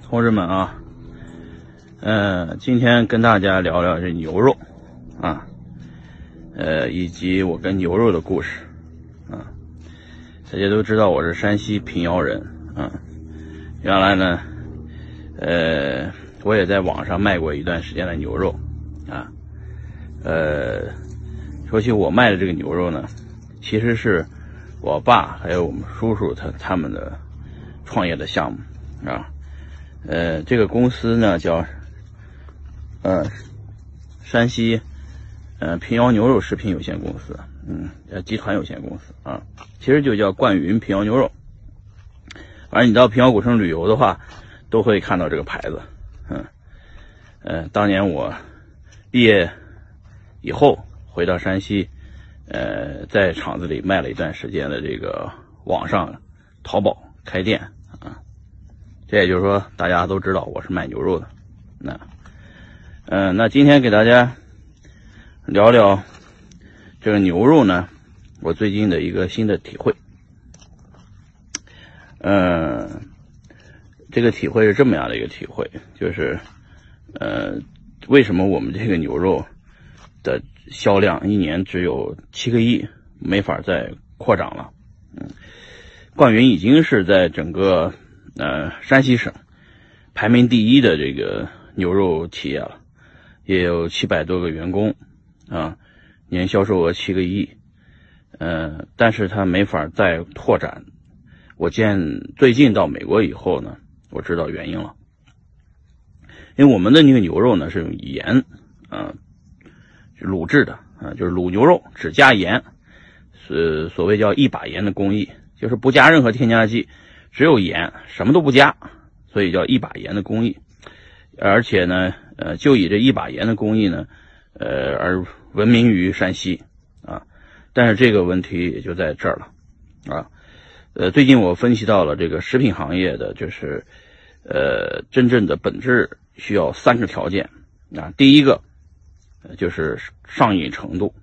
同志们啊，今天跟大家聊聊这牛肉啊，以及我跟牛肉的故事啊。大家都知道我是山西平遥人啊，原来呢，我也在网上卖过一段时间的牛肉啊。说起我卖的这个牛肉呢，其实是我爸还有我们叔叔他们的创业的项目啊。这个公司呢叫山西平遥牛肉食品有限公司，集团有限公司啊，其实就叫冠云平遥牛肉。反正你到平遥古城旅游的话，都会看到这个牌子。当年我毕业以后回到山西，在厂子里卖了一段时间的这个网上淘宝开店啊。这也就是说，大家都知道我是卖牛肉的。那今天给大家聊聊这个牛肉呢，我最近的一个新的体会。这个体会是这么样的一个体会，就是为什么我们这个牛肉的销量一年只有7个亿，没法再扩张了。冠云已经是在整个山西省排名第一的这个牛肉企业了，也有700多个员工啊，年销售额7个亿。但是它没法再拓展。我最近到美国以后呢，我知道原因了。因为我们的那个牛肉呢是用盐卤制的就是卤牛肉只加盐，是所谓叫一把盐的工艺，就是不加任何添加剂，只有盐，什么都不加，所以叫一把盐的工艺。而且呢就以这一把盐的工艺呢而闻名于山西啊。但是这个问题也就在这儿了啊。最近我分析到了这个食品行业的就是真正的本质需要3个条件啊。第一个就是上瘾程度，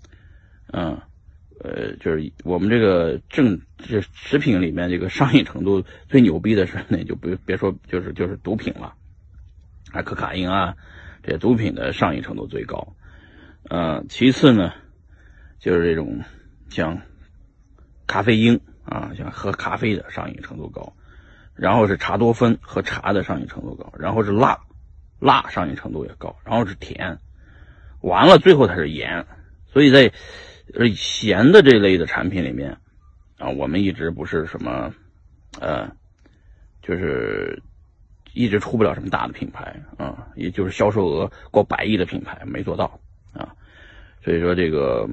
就是我们这食品里面这个上瘾程度最牛逼的是那就别说就是毒品了，可卡因啊，这些毒品的上瘾程度最高。其次呢就是这种像咖啡因啊，像喝咖啡的上瘾程度高，然后是茶多酚喝茶的上瘾程度高，然后是辣上瘾程度也高，然后是甜，完了最后它是盐。所以在咸的这类的产品里面啊，我们一直不是什么就是一直出不了什么大的品牌啊，也就是销售额过100亿的品牌没做到啊。所以说这个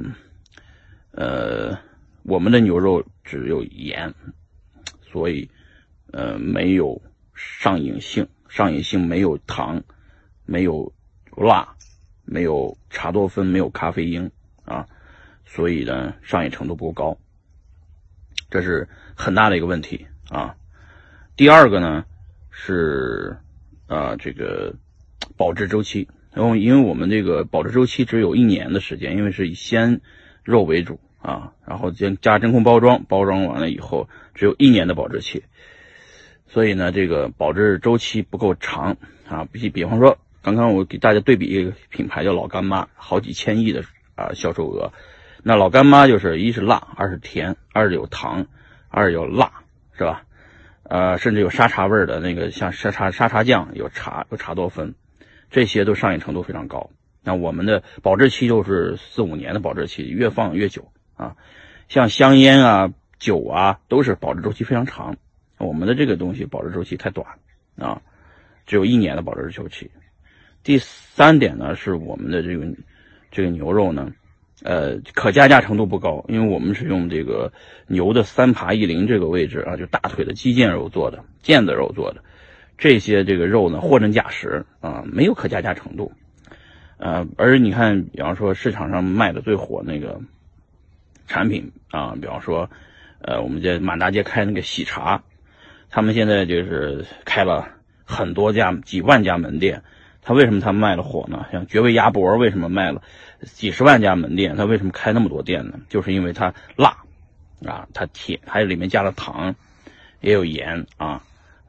我们的牛肉只有盐，所以没有上瘾性没有糖，没有辣，没有茶多酚，没有咖啡因啊，所以呢上瘾程度不够高，这是很大的一个问题啊。第二个呢是这个保质周期。然后因为我们这个保质周期只有1年的时间，因为是以鲜肉为主啊，然后加真空包装完了以后只有1年的保质期，所以呢这个保质周期不够长啊。比方说刚刚我给大家对比一个品牌叫老干妈，好几千亿的销售额。那老干妈就是1是辣，2是甜，2是有糖，2是有辣，是吧？甚至有沙茶味的那个像沙茶酱，有茶多酚，这些都上瘾程度非常高。那我们的保质期就是4-5年的保质期，越放越久啊。像香烟啊酒啊都是保质周期非常长，我们的这个东西保质周期太短啊，只有1年的保质周期。第3点呢是我们的这个牛肉呢可加价程度不高，因为我们是用这个牛的3爬1鳞这个位置啊，就大腿的肌腱肉做的，腱子肉做的，这些这个肉呢货真价实啊，没有可加价程度。而你看比方说市场上卖的最火那个产品啊，比方说我们这满大街开那个喜茶，他们现在就是开了很多家几万家门店。他为什么他卖了火呢？像绝味鸭脖为什么卖了几十万家门店，他为什么开那么多店呢？就是因为它辣啊，它甜，还有里面加了糖，也有盐啊，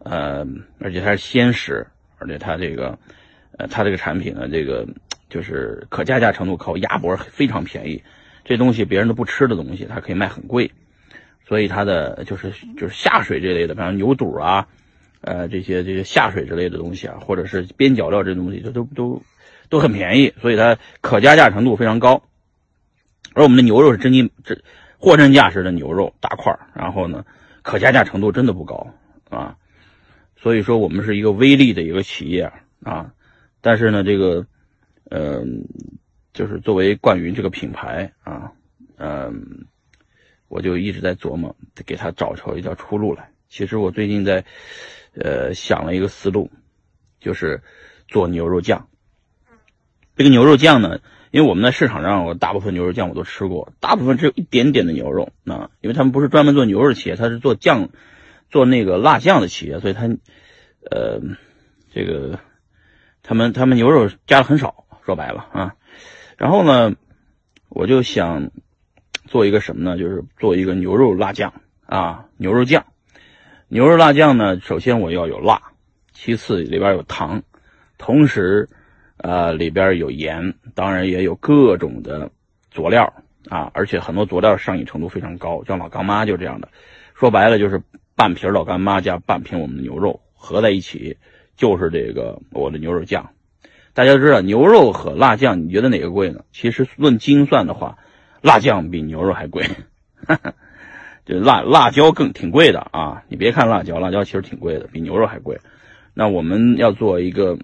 而且它是鲜食，而且它这个产品呢，这个就是可加价程度高，鸭脖非常便宜，这东西别人都不吃的东西，它可以卖很贵，所以它的就是下水这类的，比方牛肚啊，这些下水之类的东西啊，或者是边角料这东西，都很便宜，所以它可加价程度非常高。而我们的牛肉是货真价实的牛肉大块，然后呢，可加价程度真的不高啊。所以说我们是一个微利的一个企业啊，但是呢，这个就是作为冠云这个品牌啊，我就一直在琢磨给它找出一条出路来。其实我最近在想了一个思路，就是做牛肉酱。这个牛肉酱呢，因为我们在市场上，我大部分牛肉酱我都吃过，大部分只有一点点的牛肉啊，因为他们不是专门做牛肉企业，他是做那个辣酱的企业，所以这个他们牛肉加的很少，说白了啊。然后呢，我就想做一个什么呢？就是做一个牛肉辣酱啊，牛肉酱。牛肉辣酱呢，首先我要有辣，其次里边有糖，同时里边有盐，当然也有各种的佐料啊，而且很多佐料上瘾程度非常高，像老干妈就这样的，说白了就是半瓶老干妈加半瓶我们的牛肉合在一起，就是这个我的牛肉酱。大家都知道牛肉和辣酱，你觉得哪个贵呢？其实论精算的话，辣酱比牛肉还贵。这辣椒挺贵的啊！你别看辣椒其实挺贵的，比牛肉还贵。那我们要做一个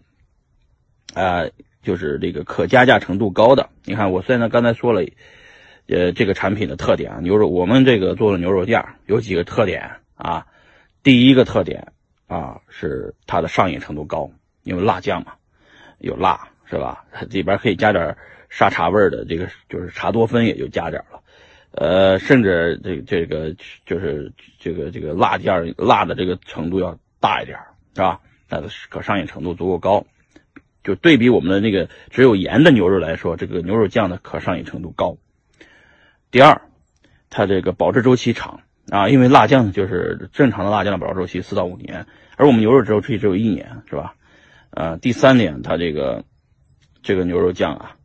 就是这个可加价程度高的。你看我现在刚才说了这个产品的特点啊，牛肉我们这个做的牛肉酱有几个特点啊。第一个特点啊是它的上瘾程度高，因为辣酱嘛，有辣是吧？它里边可以加点沙茶味的，这个就是茶多酚也就加点了。甚至这个就是这个辣酱辣的这个程度要大一点，是吧？它的可上瘾程度足够高，就对比我们的那个只有盐的牛肉来说，这个牛肉酱的可上瘾程度高。第二，它这个保质周期长啊，因为辣酱就是正常的辣酱的保质周期4到5年，而我们牛肉周期只有1年，是吧？第三点，它这个牛肉酱啊，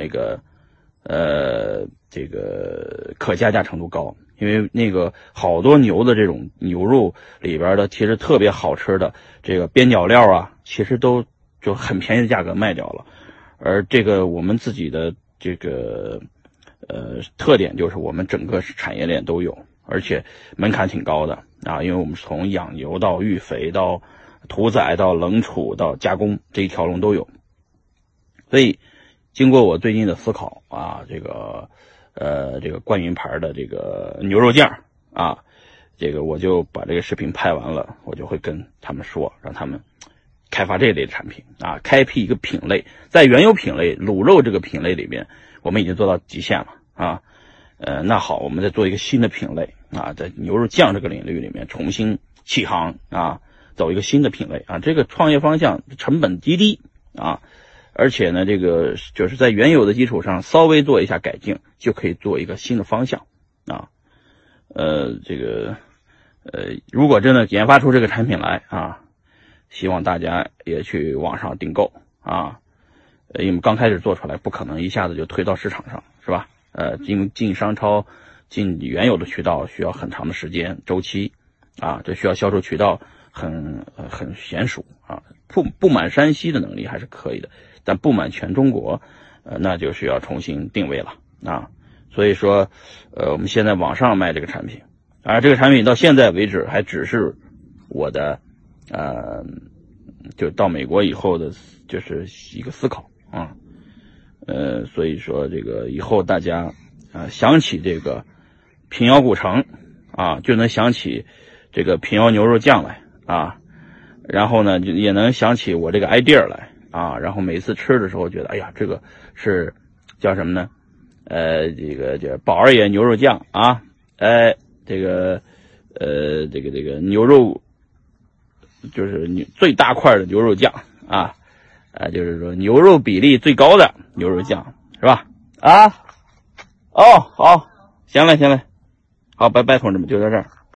这个可加价程度高，因为那个好多牛的这种牛肉里边的其实特别好吃的这个边角料啊，其实都就很便宜的价格卖掉了。而这个我们自己的这个特点就是我们整个产业链都有，而且门槛挺高的啊，因为我们从养牛到育肥到屠宰到冷储到加工这一条龙都有。所以经过我最近的思考啊，这个冠云牌的这个牛肉酱啊，这个我就把这个视频拍完了，我就会跟他们说，让他们开发这类的产品啊，开辟一个品类，在原有品类卤肉这个品类里边，我们已经做到极限了啊。那好，我们再做一个新的品类啊，在牛肉酱这个领域里面重新起航啊，走一个新的品类啊，这个创业方向成本极低啊。而且呢，这个就是在原有的基础上稍微做一下改进，就可以做一个新的方向啊。如果真的研发出这个产品来啊，希望大家也去网上订购啊。因为我们刚开始做出来，不可能一下子就推到市场上，是吧？进商超、进原有的渠道需要很长的时间周期啊，这需要销售渠道很娴熟啊，布满山西的能力还是可以的。但布满全中国，那就是要重新定位了啊。所以说，我们现在网上卖这个产品，而这个产品到现在为止还只是我的，就到美国以后的，就是一个思考啊。所以说这个以后大家想起这个平遥古城啊，就能想起这个平遥牛肉酱来啊，然后呢也能想起我这个 idea 来。啊，然后每次吃的时候觉得，哎呀，这个是叫什么呢？这个叫宝二爷牛肉酱啊，这个牛肉就是最大块的牛肉酱啊，就是说牛肉比例最高的牛肉酱是吧？啊，哦，好，行了，好，拜拜，同志们，就到这儿。